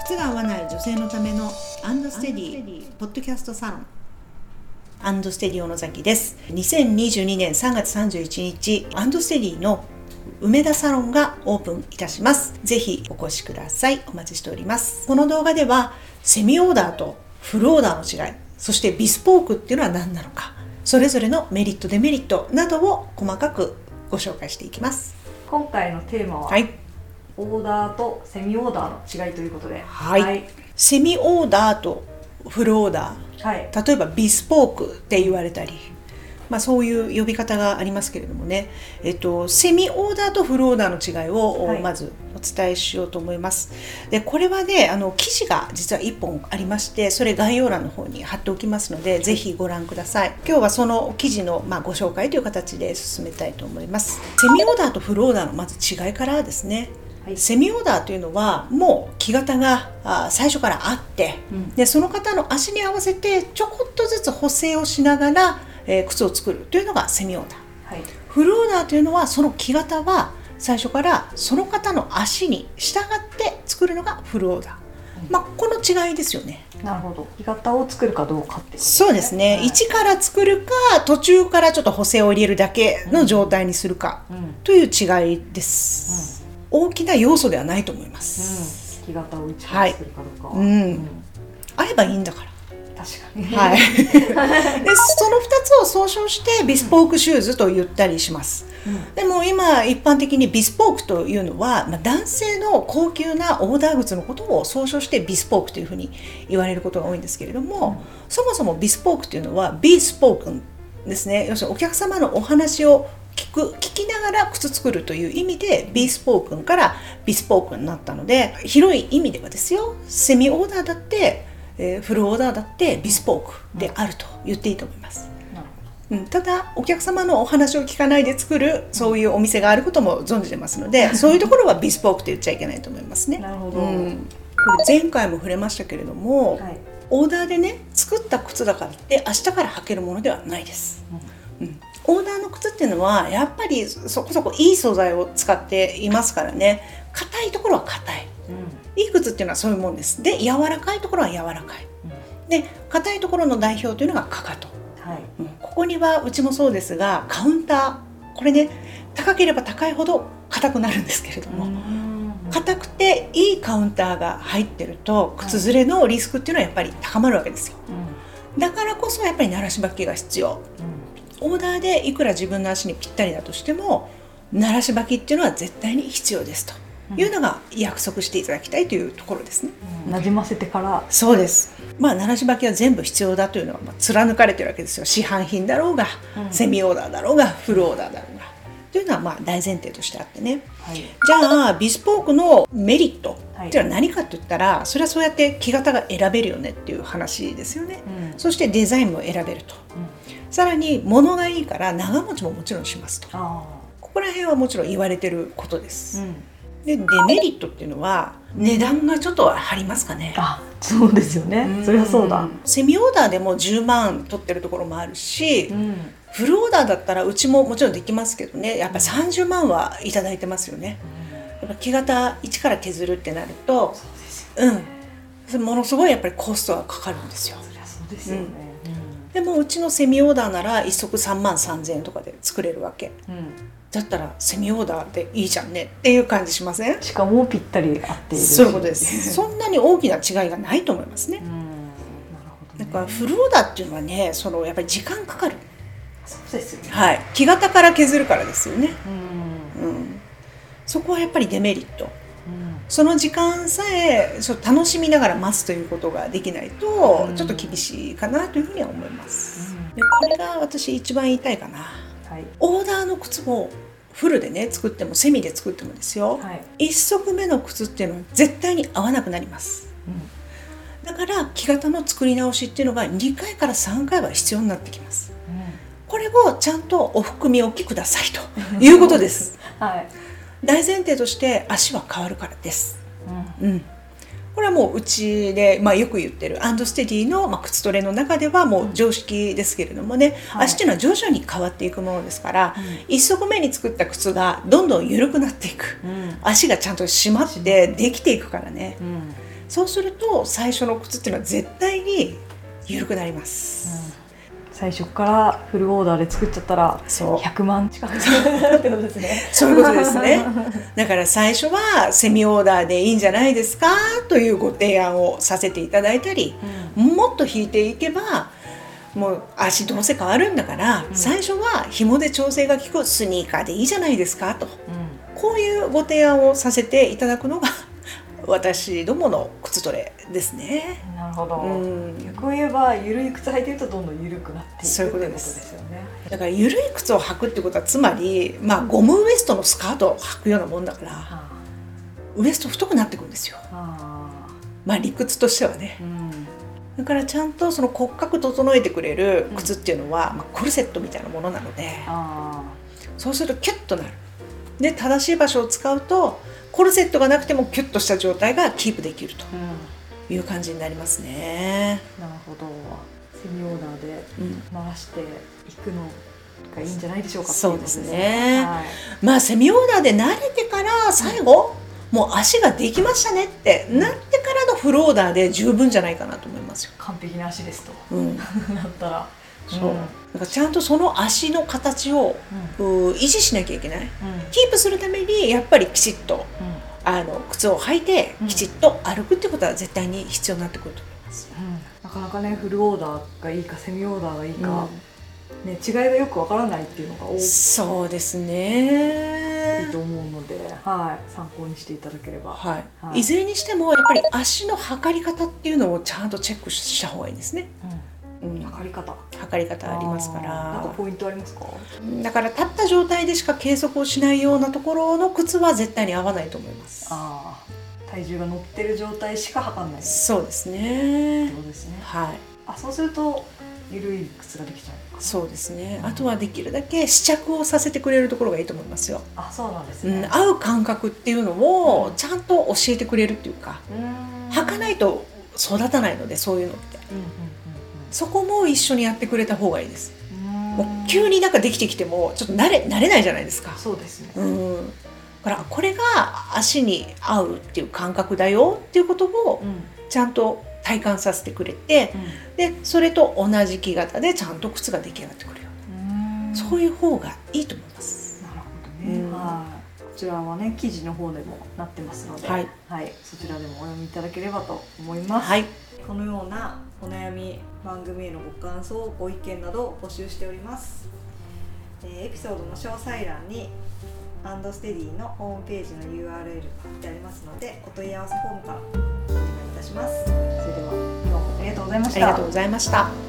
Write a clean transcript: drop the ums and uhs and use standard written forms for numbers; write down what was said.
靴が合わない女性のためのアンドステディポッドキャストサロン、アンドステディ小野崎です。2022年3月31日、アンドステディの梅田サロンがオープンいたします。ぜひお越しください。お待ちしております。この動画ではセミオーダーとフルオーダーの違い、そしてビスポークっていうのは何なのか、それぞれのメリットデメリットなどを細かくご紹介していきます。 今回のテーマは、オーダーとセミオーダーの違いということで、 セミオーダーとフルオーダー、例えばビスポークって言われたり、そういう呼び方がありますけれどもね、セミオーダーとフルオーダーの違いをまずお伝えしようと思います。でこれはね、記事が実は1本ありまして、それ概要欄の方に貼っておきますので、ぜひご覧ください。今日はその記事のご紹介という形で進めたいと思います。セミオーダーとフルオーダーのまず違いからですね。セミオーダーというのはもう木型が最初からあって、でその方の足に合わせてちょこっとずつ補正をしながら靴を作るというのがセミオーダー、フルオーダーというのはその木型は最初からその方の足に従って作るのがフルオーダー、この違いですよね。 なるほど。木型を作るかどうかってことですね。 そうですね、一から作るか途中からちょっと補正を入れるだけの状態にするかという違いです。大きな要素ではないと思います。 木型を一から作るかどうかは、 あればいいんだから。 確かに、 でその2つを総称してビスポークシューズと言ったりします。でも今一般的にビスポークというのは、男性の高級なオーダー靴のことを総称してビスポークというふうに言われることが多いんですけれども、そもそもビスポークというのはビースポークンですね。要するにお客様のお話を聞きながら靴作るという意味でビースポークンからビスポークンになったので、広い意味ではですよ、セミオーダーだってフルオーダーだってビスポークであると言っていいと思います。ただお客様のお話を聞かないで作るそういうお店があることも存じてますので、そういうところはビスポークと言っちゃいけないと思いますね。 なるほど。 これ前回も触れましたけれども、オーダーでね作った靴だからって明日から履けるものではないです。オーダーの靴っていうのはやっぱりそこそこいい素材を使っていますからね。硬いところは硬い、いい靴っていうのはそういうもんです。で柔らかいところは柔らかい、で硬いところの代表というのがかかと、ここにはうちもそうですがカウンター、これね高ければ高いほど硬くなるんですけれども、硬くていいカウンターが入ってると靴ずれのリスクっていうのはやっぱり高まるわけですよ。だからこそやっぱり慣らし履きが必要。オーダーでいくら自分の足にぴったりだとしても慣らし履きっていうのは絶対に必要ですというのが約束していただきたいというところですね。 馴染ませてから。 そうです。慣らし履きは全部必要だというのは貫かれてるわけですよ。市販品だろうが、セミオーダーだろうがフルオーダーだろうがというのは大前提としてあってね、じゃあビスポークのメリットっていうのは何かって言ったら、それはそうやって木型が選べるよねっていう話ですよね。そしてデザインも選べると、さらに物がいいから長持ちももちろんしますと。ここら辺はもちろん言われてることです。でデメリットっていうのは値段がちょっと張りますかね。 そうですよね。そりゃそうだ。 セミオーダーでも10万取ってるところもあるし、フルオーダーだったらうちももちろんできますけどね、やっぱり30万はいただいてますよね。やっぱ木型一から削るってなると、ものすごいやっぱりコストがかかるんですよ。 そりゃそうですよね。 でもうちのセミオーダーなら1足3万3000円とかで作れるわけ、だったらセミオーダーでいいじゃんねっていう感じしません？ しかもぴったり合っている。 そういうことです。そんなに大きな違いがないと思いますね。だからフルオーダーっていうのはね、やっぱり時間かかる。 そうですよね。 木型から削るからですよね。そこはやっぱりデメリット。その時間さえ楽しみながら待つということができないとちょっと厳しいかなというふうには思います。でこれが私一番言いたいかな。オーダーの靴をフルでね作ってもセミで作ってもですよ、1足目の靴っていうのは絶対に合わなくなります。だから木型の作り直しっていうのが2回から3回は必要になってきます。これをちゃんとお含みおきくださいということです。大前提として足は変わるからです。これはもううちで、よく言ってるアンドステディの、靴トレの中ではもう常識ですけれどもね、足っていうのは徐々に変わっていくものですから、1足目に作った靴がどんどん緩くなっていく、足がちゃんと締まってできていくからね、 そうすると最初の靴っていうのは絶対に緩くなります、 最初からフルオーダーで作っちゃったら100万近くってことですね。 そういうことですね。だから最初はセミオーダーでいいんじゃないですかというご提案をさせていただいたり、もっと引いていけばもう足どうせ変わるんだから、最初は紐で調整が効くスニーカーでいいじゃないですかと、こういうご提案をさせていただくのが私どもの靴トレですね。 なるほど、逆を言えば緩い靴履いてるとどんどん緩くなっていくそういうことですよね。 だから緩い靴を履くってことはつまり、ゴムウエストのスカートを履くようなもんだから、ウエスト太くなってくるんですよ。理屈としてはね、だからちゃんとその骨格整えてくれる靴っていうのは、コルセットみたいなものなので、そうするとキュッとなる。で正しい場所を使うとコルセットがなくてもキュッとした状態がキープできるという感じになりますね。 なるほど。セミオーダーで回していくのがいいんじゃないでしょうか。 そうですね、セミオーダーで慣れてから最後、もう足ができましたねってなってからのフルオーダーで十分じゃないかなと思いますよ。 完璧な足ですと、なったらそう、だからちゃんとその足の形を、維持しなきゃいけない、キープするためにやっぱりきちっと、靴を履いてきちっと歩くってことは絶対に必要になってくると思います、 なかなかねフルオーダーがいいかセミオーダーがいいか、違いがよくわからないっていうのが多い。 そうですね、 いいと思うので、参考にしていただければ、 いずれにしてもやっぱり足の測り方っていうのをちゃんとチェックした方がいいですね。 測り方ありますから。 なんかポイントありますか？ だから立った状態でしか計測をしないようなところの靴は絶対に合わないと思います。 体重が乗ってる状態しか測んない。 そうですね。 そうですね。そうすると緩い靴ができちゃう。 そうですね。あとはできるだけ試着をさせてくれるところがいいと思いますよ。 そうなんですね。 合う感覚っていうのをちゃんと教えてくれるっていうか、履かないと育たないので、そういうのって。そこも一緒にやってくれた方がいいです。もう急になんかできてきてもちょっと慣れないじゃないですか。 そうですね。 だからこれが足に合うっていう感覚だよっていうことをちゃんと体感させてくれて、でそれと同じ木型でちゃんと靴が出来上がってくるような、そういう方がいいと思います。 なるほどね。こちらはね記事の方でもなってますので、そちらでもお読みいただければと思います。このようなお悩み、番組へのご感想、ご意見などを募集しております。エピソードの詳細欄にアンドステディのホームページの URL が貼ってありますので、お問い合わせフォームからお願いいたします。それでは今日もありがとうございました。 ありがとうございました。